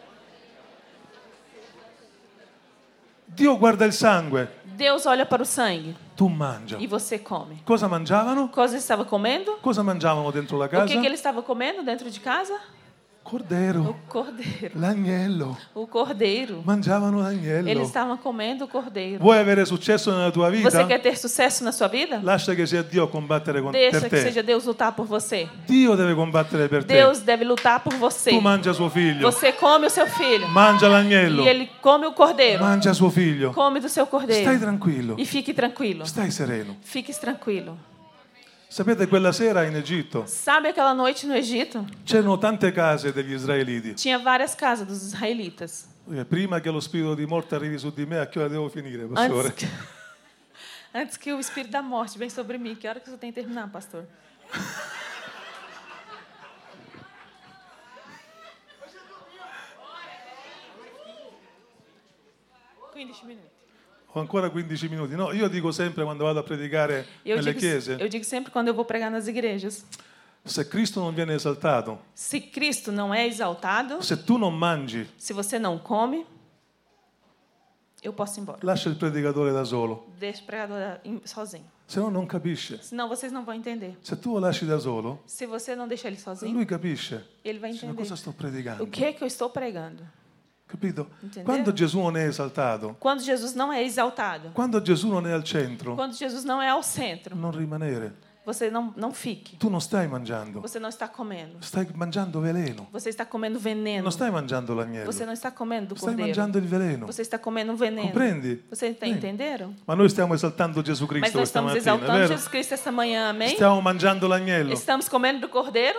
Dio guarda il sangue. Deus olha para o sangue Tu mangia. e você come. Cosa mangiavano? Cosa estava comendo? Cosa mangiavano dentro la O casa? que ele estava comendo dentro de casa? Cordero. O cordeiro. L'agnello. O cordeiro. Mangiavano l'agnello. Eles estavam comendo o cordeiro. Vuoi avere successo nella tua Você vita? quer ter sucesso na sua vida? Lascia che sia Dio a combattere per Deixa que te. seja Deus lutar por você. Dio deve combattere per te. Deus deve lutar por você. Tu mangia suo figlio. Você come o seu filho. Mangia l'agnello. E ele come o cordeiro. Mangia suo figlio. Come do seu Stai cordeiro. tranquillo. E fique tranquilo. Stai sereno. Fique tranquilo. Sapete, quella sera in Egitto Sabe aquela noite no Egito? c'erano tante case degli israeliti. Tinha várias casas dos israelitas. Prima che lo spirito di morte arrivi su di me, a che ora devo finire, pastore? Antes que o espírito da morte venha sobre mim. Que hora que você tem que terminar, pastor? 15 minuti. Ho ancora 15 minuti. No, io dico sempre quando vado a predicare nelle chiese, Eu digo sempre quando eu vou pregar nas igrejas. se Cristo non viene esaltato, Se Cristo não é exaltado, se tu non mangi, se você não come, eu posso ir embora. lascia il predicatore da solo, Deixa o pregador sozinho. se no non capisce. Senão vocês não vão entender. Se tu lo lasci da solo, Se você não deixar ele sozinho, lui capisce. ele vai Dice, ma entender. cosa sto predicando? O que é que eu estou pregando? Capito? Entendeu? Quando Gesù non è esaltato, Quando Jesus não é exaltado, quando Gesù non è al centro, quando Jesus não é ao centro, non rimanere. você não fique. Tu non stai mangiando, Você não está comendo. stai mangiando veleno. Você está comendo veneno. Non stai mangiando l'agnello, Você não está comendo do stai cordeiro. mangiando il veleno. Você está comendo um veneno. Comprendi? Você está Sim. entenderam? Ma noi stiamo esaltando Gesù Mas Cristo nós questa estamos mattina, è exaltando vero? Jesus Cristo essa manhã, amém? Stiamo mangiando l'agnello. Estamos comendo do cordeiro.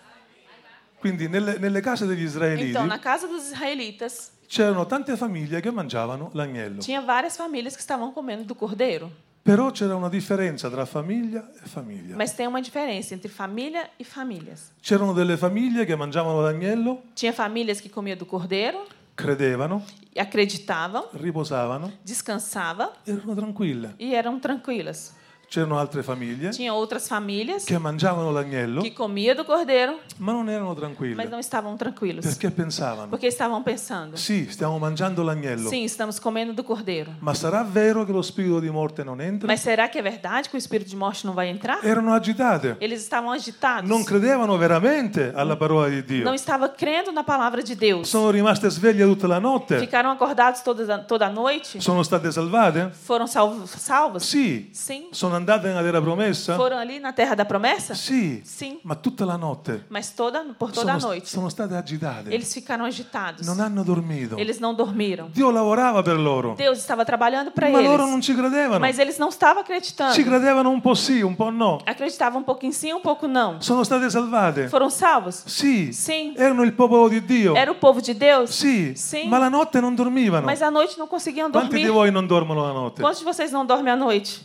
Quindi nelle case degli israeliti Então, na casa dos israelitas, c'erano tante famiglie che mangiavano l'agnello. tinha várias famílias que estavam comendo do cordeiro. Però c'era una differenza tra famiglia e famiglia. Mas tem uma diferença entre família e famílias. C'erano delle famiglie che mangiavano l'agnello, Tinha famílias que comiam do cordeiro, credevano, acreditavam, riposavano, descansavam erano tranquille. e eram tranquilas. C'erano altre famiglie Tinha outras famílias che mangiavano l'agnello, que comiam do cordeiro, ma non erano mas tranquille. não estavam tranquilos. Perché pensavano, Porque estavam pensando: sì, stiamo mangiando l'agnello, sim, estamos comendo do cordeiro. ma sarà vero che lo spirito di morte non entra? Mas será que é verdade que o espírito de morte não vai entrar? Erano agitate, Eles estavam agitados. non credevano veramente alla parola di Dio. Não estavam crendo na palavra de Deus. Sono rimaste sveglie tutta la notte, Ficaram acordados toda a noite. sono state salvate? Foram salvos? Sì. Sim. Sono andate nella terra promessa? Foram ali na terra da promessa? Sì. Sim. Ma tutta la notte Mas por toda a noite. sono state agitate. Eles ficaram agitados. Non hanno dormito. Eles não dormiram. Dio lavorava per loro. Deus estava trabalhando para Ma loro eles. non ci credevano. Mas eles não estavam acreditando. Ci credevano un po' sì, un po' no. Acreditavam um pouquinho sim, um pouco não. Sono state salvate? Foram salvos? Sì. Sim. Erano il popolo di Dio? Era o povo de Deus? Sì. Sim. Ma la notte non dormivano. Mas à noite não conseguiam Quanti di dormir. voi non dormono la notte? Quantos de vocês não dormem à noite?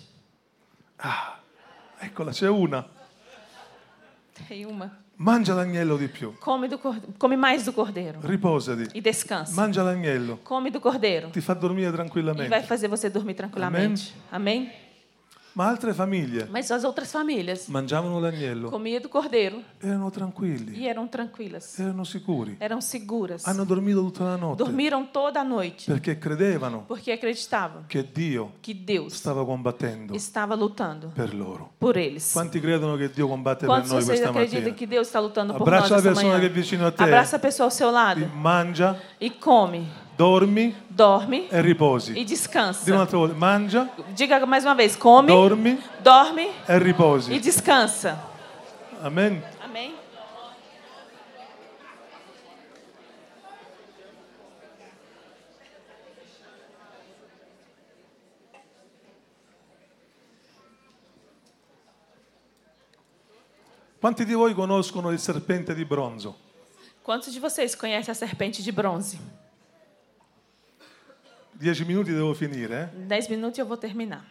Eccola, c'è una. Tem uma. Mangia l'agnello di più. Come mais do cordeiro. Riposati. E descansa. Mangia l'agnello. Come do cordeiro. Ti fa dormire E vai tranquillamente. fazer você dormir tranquilamente. Amém? Ma altre famiglie Mas as outras famílias mangiavano l'agnello. comiam do cordeiro Erano tranquilli. e eram tranquilas. Erano sicuri. Eram seguras. Hanno dormito tutta la notte. Dormiram toda a noite. Perché credevano Porque acreditavam che Dio que Deus stava combattendo estava lutando per loro. por eles. Quanti credono che Dio combatte per Quantos noi vocês questa acreditam mattina? que Deus está lutando por Abbraccia nós la essa persona che è manhã? vicino a te. Abraça a pessoa ao seu lado Mangia, e come, dormi dorme e riposi. e Di descansa. un'altra volta, mangia, Diga mais uma vez: come, dormi dorme e e riposi. descansa. Amen. Amém? Quanti di voi conoscono il serpente di bronzo? Quantos de vocês conhecem a serpente de bronze? 10 minuti devo finire, eh? 10 minutos e eu vou terminar.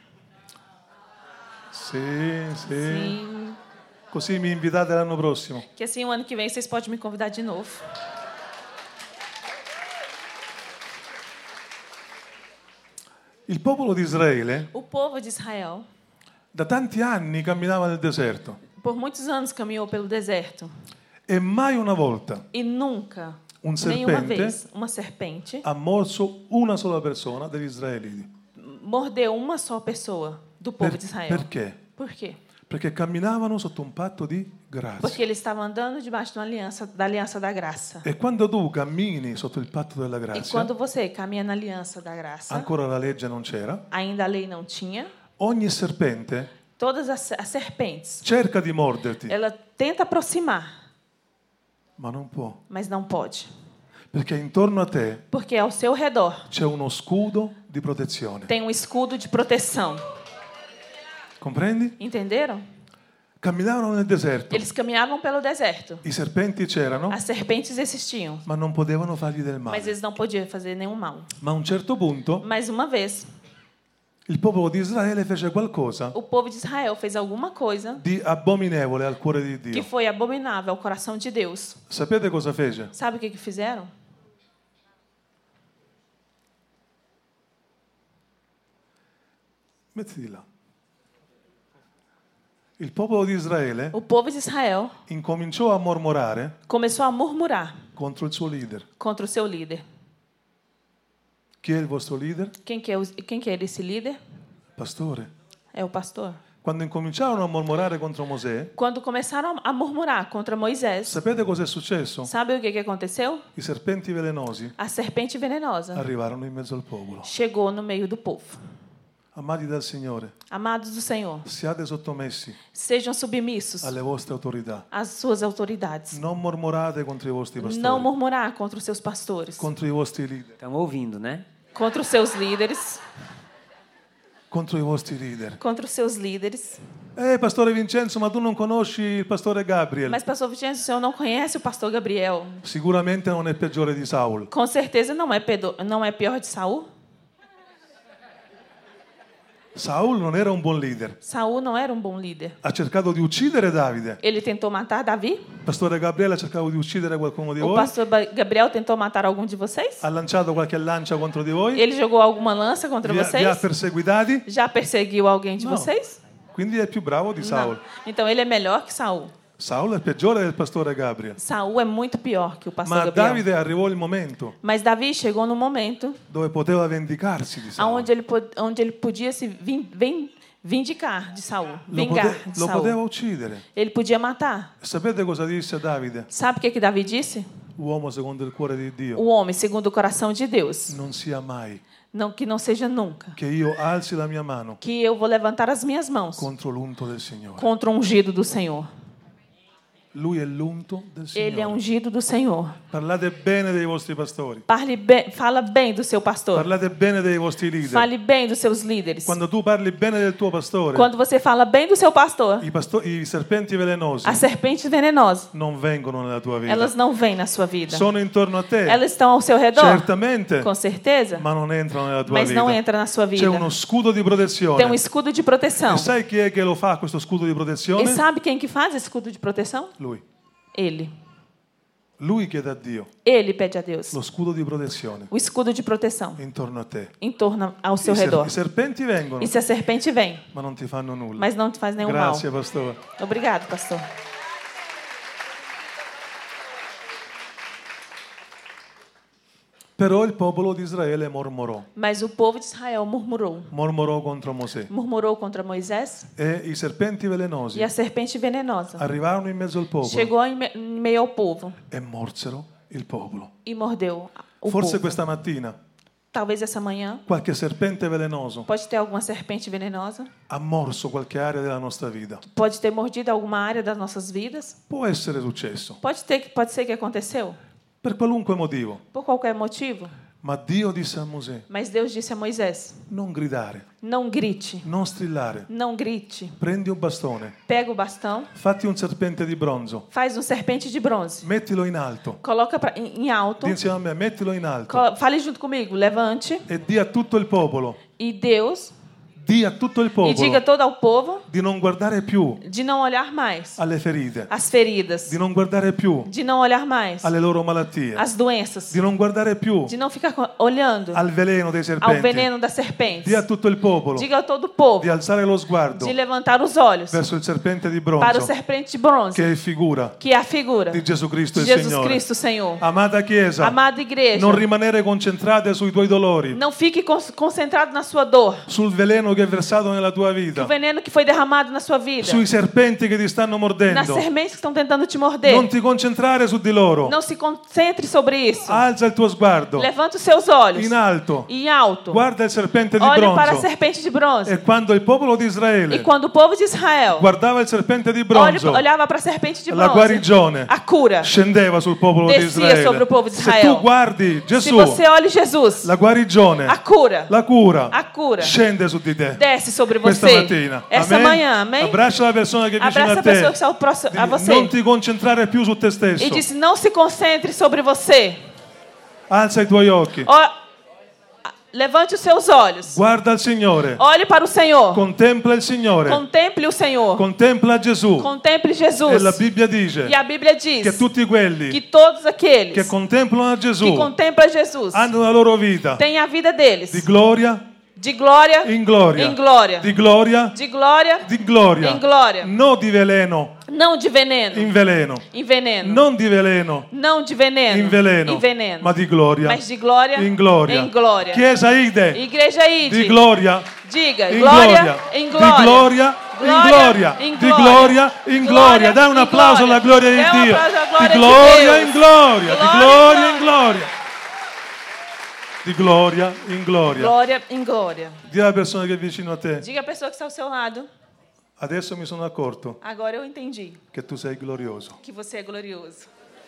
Sì, sì. Sim. Così mi invitate l'anno prossimo. Que assim, o ano que vem, vocês podem me convidar de novo. Il popolo di Israele O povo de Israel, da tanti anni camminava nel deserto por muitos anos, caminhou pelo deserto. e mai una volta E nunca, un nenhuma serpente vez, uma serpente ha morso una sola persona degli israeliti. mordeu uma só pessoa do povo de Israel. Perché? Por quê? Perché camminavano sotto un patto di grazia. Porque eles estavam andando debaixo de uma aliança da graça. E quando tu cammini sotto il patto della E grazia, quando você caminha na aliança da graça, ancora la legge non c'era, ainda a lei não tinha, ogni serpente todas as serpentes, cerca di morderti, ela tenta aproximar, ma non può. mas não pode. Perché intorno a te Porque ao seu redor c'è uno scudo di protezione. tem um escudo de proteção. Comprendi? Entenderam? Camminavano nel deserto. Eles caminhavam pelo deserto. I serpenti c'erano, As serpentes existiam, ma non potevano fargli del mas male. eles não podiam fazer nenhum mal. Ma a un certo punto Mas uma vez, il popolo di Israele fece qualcosa o povo de Israel fez alguma coisa di abominevole al cuore di que Dio. foi abominável ao coração de Deus. Sapete cosa fece? Sabe o que fizeram? Mettiti là. Il popolo di Israele O povo de Israel incominciò a mormorare começou a murmurar contro il suo leader. contra o seu líder. Chi è il vostro leader? Quem que é esse líder? Pastore. É o pastor. Quando incominciarono a mormorare contro Mosè, Quando começaram a murmurar contra Moisés, sapete cosa è successo? sabe o que aconteceu? I serpenti velenosi A serpente venenosa arrivarono in mezzo al popolo. chegou no meio do povo. Amati dal Signore, Amados do Senhor, siate sottomessi sejam submissos alle vostre autorità. às suas autoridades. Non mormorate contro i vostri pastori, Não murmurar contra os seus pastores, contro i vostri leader, Estamos ouvindo, né? contra os seus líderes, contro i vostri leader. contra os seus líderes. Pastore Vincenzo, ma tu non conosci il pastore Gabriel? Mas, pastor Vicente, o senhor não conhece o pastor Gabriel? Sicuramente non è peggiore di Saul. Com certeza não é pior de Saul. Saul non era un buon leader. Saul não era um bom líder. Ha cercato di uccidere Davide. Ele tentou matar Davi? Pastore Gabriele ha cercato di uccidere qualcuno di O voi? pastor Gabriel tentou matar algum de vocês? Ha lanciato qualche lancia contro di voi? Ele jogou alguma lança contra Vi ha vocês? perseguitati? Já perseguiu alguém de No. vocês? Quindi è più bravo di Saul. Não. Então ele é melhor que Saul. Saul è peggiore del pastore Gabriel. Saul é muito pior que o pastor Ma a Gabriel. Davide arrivò il momento Mas Davi chegou no momento dove poteva vendicarsi di Saul. onde ele podia se vindicar de Saul, Lo, vingar de lo poteva Saul. uccidere. Ele podia matar. Sapete cosa disse a Davide? Sabe o que Davi disse? Uomo secondo il cuore di Dio. O homem segundo o coração de Deus, Non sia mai que não seja nunca, che io alzi la mia mano que eu vou levantar as minhas mãos contro l'unto del Signore. contra o ungido do Senhor. Lui è l'unto del Ele é Signore. ungido do Senhor. Parlate bene dei vostri pastori. Fala bem do seu pastor. Parlate bene dei vostri leader. Fale bem dos seus líderes. Quando tu parli bene del tuo pastore, Quando você fala bem do seu pastor, i serpenti velenosi as serpentes venenosas, non vengono nella tua vita. elas não vêm na sua vida. Sono intorno a te, Elas estão ao seu redor, certamente, com certeza, ma non entrano nella tua mas vita. não entra na sua C'è vida. uno scudo di protezione. Tem um escudo de proteção. E sai chi è che lo fa questo scudo di E protezione? sabe quem que faz esse escudo de proteção? Lui. Ele. Lui chiede a Dio Ele pede a Deus lo scudo di protezione o escudo de proteção intorno a te. em torno ao seu I redor. serpenti vengono, E se a serpente vem, ma non ti fanno nulla. mas não te faz nenhum Grazie, mal. pastore. Obrigado, pastor. Però il popolo di Israele mormorò. Mas o povo de Israel murmurou. Mormorò contro Mosè. Murmurou contra Moisés E i serpenti velenosi e a serpente venenosa arrivarono in mezzo al popolo chegou em meio ao povo e morsero il popolo. e mordeu o Forse povo. questa mattina Talvez essa manhã qualche serpente velenoso pode ter alguma serpente venenosa, ha morso qualche area della nostra vita. pode ter mordido alguma área das nossas vidas. Può essere successo, Pode ser que aconteceu per qualunque motivo. por qualquer motivo. Ma Dio disse a Mosè, Mas Deus disse a Moisés: non gridare, não grite, non strillare. não grite. Prendi un bastone, Pega o bastão, fatti un serpente di bronzo, faz um serpente de bronze, mettilo in alto. coloca em alto. Di insieme a me, mettilo in alto. Fale junto comigo, levante. E di a tutto il popolo, E Deus, di a tutto il e diga popolo todo ao povo di non guardare più de não olhar mais alle ferite, as feridas, di non guardare più de não olhar mais alle loro malattie, as doenças, di non guardare più de não ficar olhando al veleno dei ao serpenti. veneno das serpentes. Di a tutto il popolo Diga a todo o povo di alzare lo sguardo de levantar os olhos verso il serpente di para o bronzo, serpente de bronze, che è figura que é a figura di Gesù Cristo de il Jesus Signore. Cristo, Senhor. Amata Chiesa, Amada igreja, non rimanere concentrate sui tuoi dolori, não fique concentrado na sua dor, sul veleno che è versato nella tua o vita, veneno que foi derramado na sua vida, sui serpenti che ti stanno nas mordendo. sementes que estão tentando te morder. Non ti concentrare su di loro. Não se concentre sobre isso. Alza il tuo sguardo Levanta os seus olhos in alto. e em alto. Guarda il serpente di Olhe para a bronzo. serpente de bronze. E quando il popolo di E Israele quando o povo de Israel guardava il serpente di bronzo, olhava para a serpente de la bronze, guarigione a cura scendeva sul popolo di descia Israele. sobre o povo di Se Israel. tu guardi Se Gesù, você olha Jesus, la guarigione, a cura la cura scende scende su di te desce sobre questa você. mattina. Essa Amen? manhã, amém? Abbraccia la persona che è vicino Abraça a a pessoa que te. está próximo a você Non ti concentrare più su te stesso. e disse: não se concentre sobre você. Alza i tuoi occhi. Levante os seus olhos. Guarda il Signore. Olhe para o Senhor. Contempla il Signore. Contemple o Senhor. Contempla Gesù. Contemple Jesus. E la Bibbia dice E a Bíblia diz che tutti quelli que todos aqueles che contemplano que Gesù contemplam Jesus hanno la loro vita têm a vida deles di gloria de glória in gloria, em glória, di gloria de glória di gloria, em glória, non di veleno não de veneno, in veleno, em veneno, non di veleno não de veneno, in veleno, em veneno, ma di gloria mas de glória in gloria. em glória. Chiesa Ide, Igreja di ide, gloria diga in glória gloria, em di glória, gloria in gloria, in di gloria in gloria. Dai un in applauso alla gloria di Dê um Dio. aplauso à Di glória de gloria Deus. in gloria, di Glória, gloria in gloria. Di gloria in gloria. glória em glória. Dì alla persona che è vicino a te, Diga a pessoa que está ao seu lado, adesso mi sono accorto agora eu entendi che tu sei glorioso. que você é glorioso.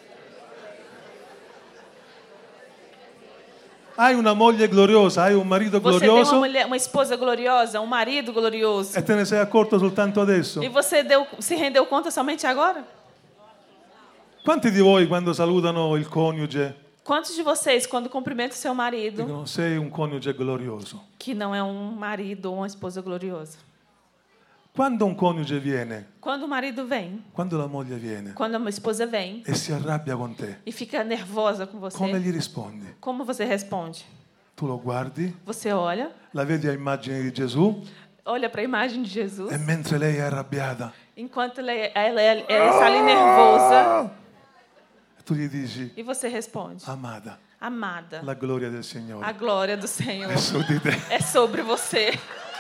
Hai una moglie gloriosa, hai un marito Você tem glorioso uma esposa gloriosa, um marido glorioso. e te ne sei accorto soltanto adesso. E você se rendeu conta somente agora? Quanti di voi quando salutano il coniuge Quantos de vocês, quando cumprimentam seu marido, dicono sei un coniuge glorioso? que não é um marido ou uma esposa gloriosa? Quando un coniuge viene, Quando o marido vem, quando la moglie viene quando uma esposa vem e si arrabbia con te, e fica nervosa com come você, gli rispondi? como você responde? Tu lo guardi, Você olha, la vedi a immagine di Gesù olha para a imagem de Jesus, e mentre lei è arrabbiata, enquanto ela está ali nervosa, tu gli dici, e você responde: amata, amada, la gloria del Signore a glória do Senhor è su di te. é sobre você.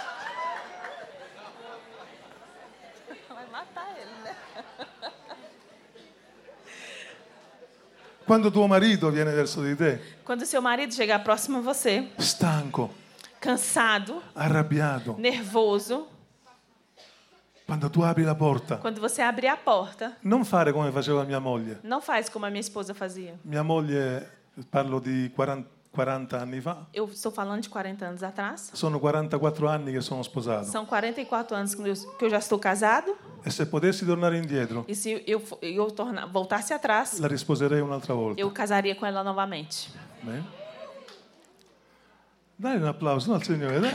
Vai matar ele, né? Quando tuo marito viene verso di te, Quando seu marido chegar próximo a você, stanco, cansado, arrabbiato, nervoso, quando tu apri la porta, quando você abrir a porta, non fare come faceva mia moglie. não faz como a minha esposa fazia. Mia moglie, parlo di 40 anni fa, Eu estou falando de 40 anos atrás. sono 44 anni che sono sposato. São 44 anos que eu já estou casado. E se potessi tornare indietro, E se eu voltasse atrás, la risposerei un'altra volta. eu casaria com ela novamente. Bene? Dai un applauso al Signore. Dai.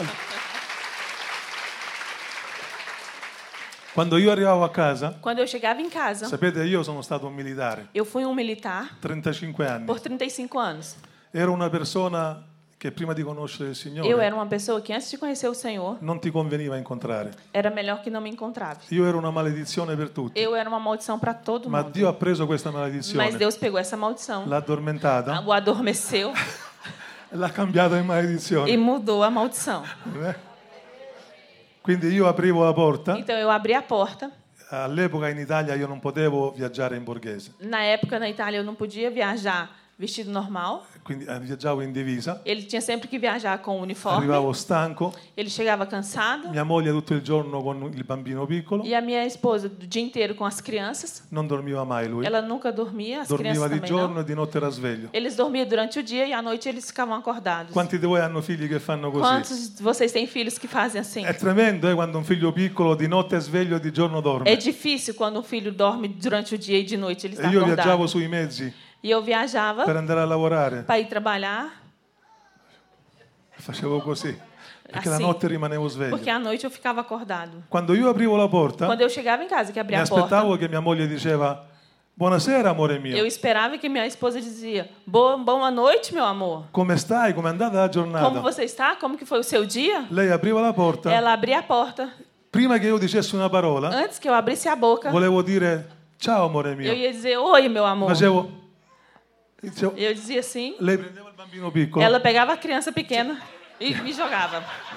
Quando io arrivavo a casa, Quando eu chegava em casa, sapete, io sono stato un militare, eu fui um militar 35 anni. por 35 anos. Ero una persona che prima di conoscere il Eu Signore era uma pessoa que antes de conhecer o Senhor, non ti conveniva incontrare. era melhor que não me encontrasse. Io ero una maledizione per tutti. Eu era uma maldição para todo Ma mundo. Dio ha preso questa Mas maledizione, Deus pegou essa maldição, l'ha addormentata o adormeceu e l'ha cambiata in e maledizione. mudou a maldição. Quindi io aprivo la porta. Então eu abri a porta. All'epoca in Italia io non potevo viaggiare in borghese, Na época, na Itália, eu não podia viajar vestido normal. quindi viaggiavo in divisa. Ele tinha sempre que viajar com o uniforme. Arrivavo stanco, Ele chegava cansado. mia moglie tutto il giorno con il bambino piccolo, E a minha esposa, do dia inteiro com as crianças. non dormiva mai lui. Ela nunca dormia, as crianças Dormiva di também giorno não. e di notte era sveglio. Eles dormiam durante o dia e à noite eles ficavam acordados. Quanti di voi hanno figli che fanno così? Quantos de vocês têm filhos que fazem assim? È tremendo quando un figlio piccolo di notte è sveglio e di giorno É dorme. difícil quando um filho dorme durante o dia e de noite ele E está io viaggiavo acordado. sui mezzi E eu viajava per andare a lavorare, para ir trabalhar, facevo così, perché la Assim. notte rimanevo sveglio. porque à noite eu ficava acordado. Quando io aprivo la porta, Quando eu chegava em casa, que mi abria a porta, aspettavo che mia moglie diceva buonasera amore mio, eu esperava que minha esposa dizia: boa noite, meu amor. come stai, come è andata la Como giornata? você está? Como que foi o seu dia? Lei apriva la porta, Ela abria a porta. prima che io dicessi una parola, Antes que eu abrisse a boca, volevo dire ciao amore eu mio. ia dizer: oi, meu amor. Dicevo, Eu dizia assim. lei prendeva il bambino piccolo, Ela pegava a criança pequena e me jogava.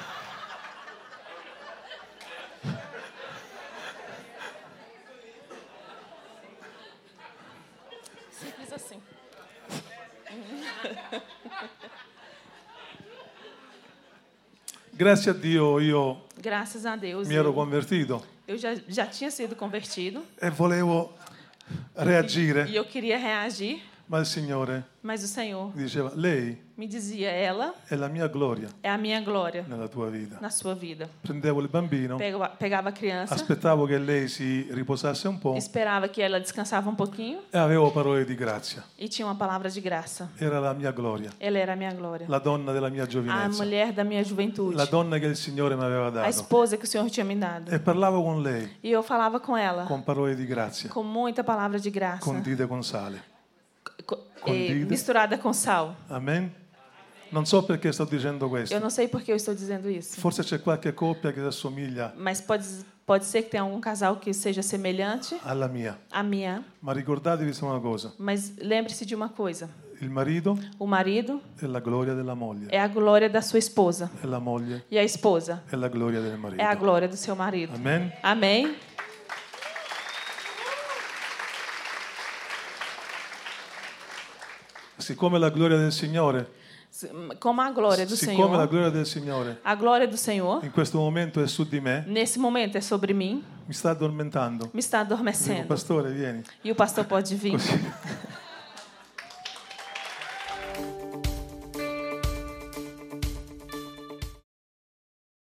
Simples assim. grazie a Dio io Graças a Deus, mi ero convertito eu já tinha sido convertido e volevo reagire, e eu queria reagir, Ma il Signore Mas o Senhor diceva, lei me dizia, ela è la mia gloria é a minha glória nella tua vita. na sua vida. Prendevo il bambino, Pegava a criança, aspettavo che lei si riposasse un po' esperava que ela descansava um pouquinho e avevo parole di grazia. e tinha uma palavra de graça. Era la mia gloria, Ela era a minha glória. la donna della mia A giovinezza, mulher da minha juventude. la donna che il Signore mi aveva A dato. esposa que o Senhor tinha me dado. E parlavo con lei E eu falava com ela, con parole di grazia, com muita palavra de graça, condite con sale. e misturada com sal. Amen? Non so perché sto dicendo Eu questo. não sei por que eu estou dizendo isso, Forse c'è qualche coppia che assomiglia mas pode ser que tenha algum casal que seja semelhante alla mia. à minha. Ma ricordatevi solo una cosa. Mas lembre-se de uma coisa: Il marito o marido è la gloria della moglie. é a glória da sua esposa E la moglie e a esposa è la gloria del marito. é a glória do seu marido. Amen? Amém? Siccome la gloria del Signore, Como a glória do siccome la Senhor, gloria del Signore a glória do Senhor in questo momento è su di me, nesse momento é sobre mim, mi sta addormentando. me está Dico, adormecendo. pastore, vieni. E o pastor pode vir. Così.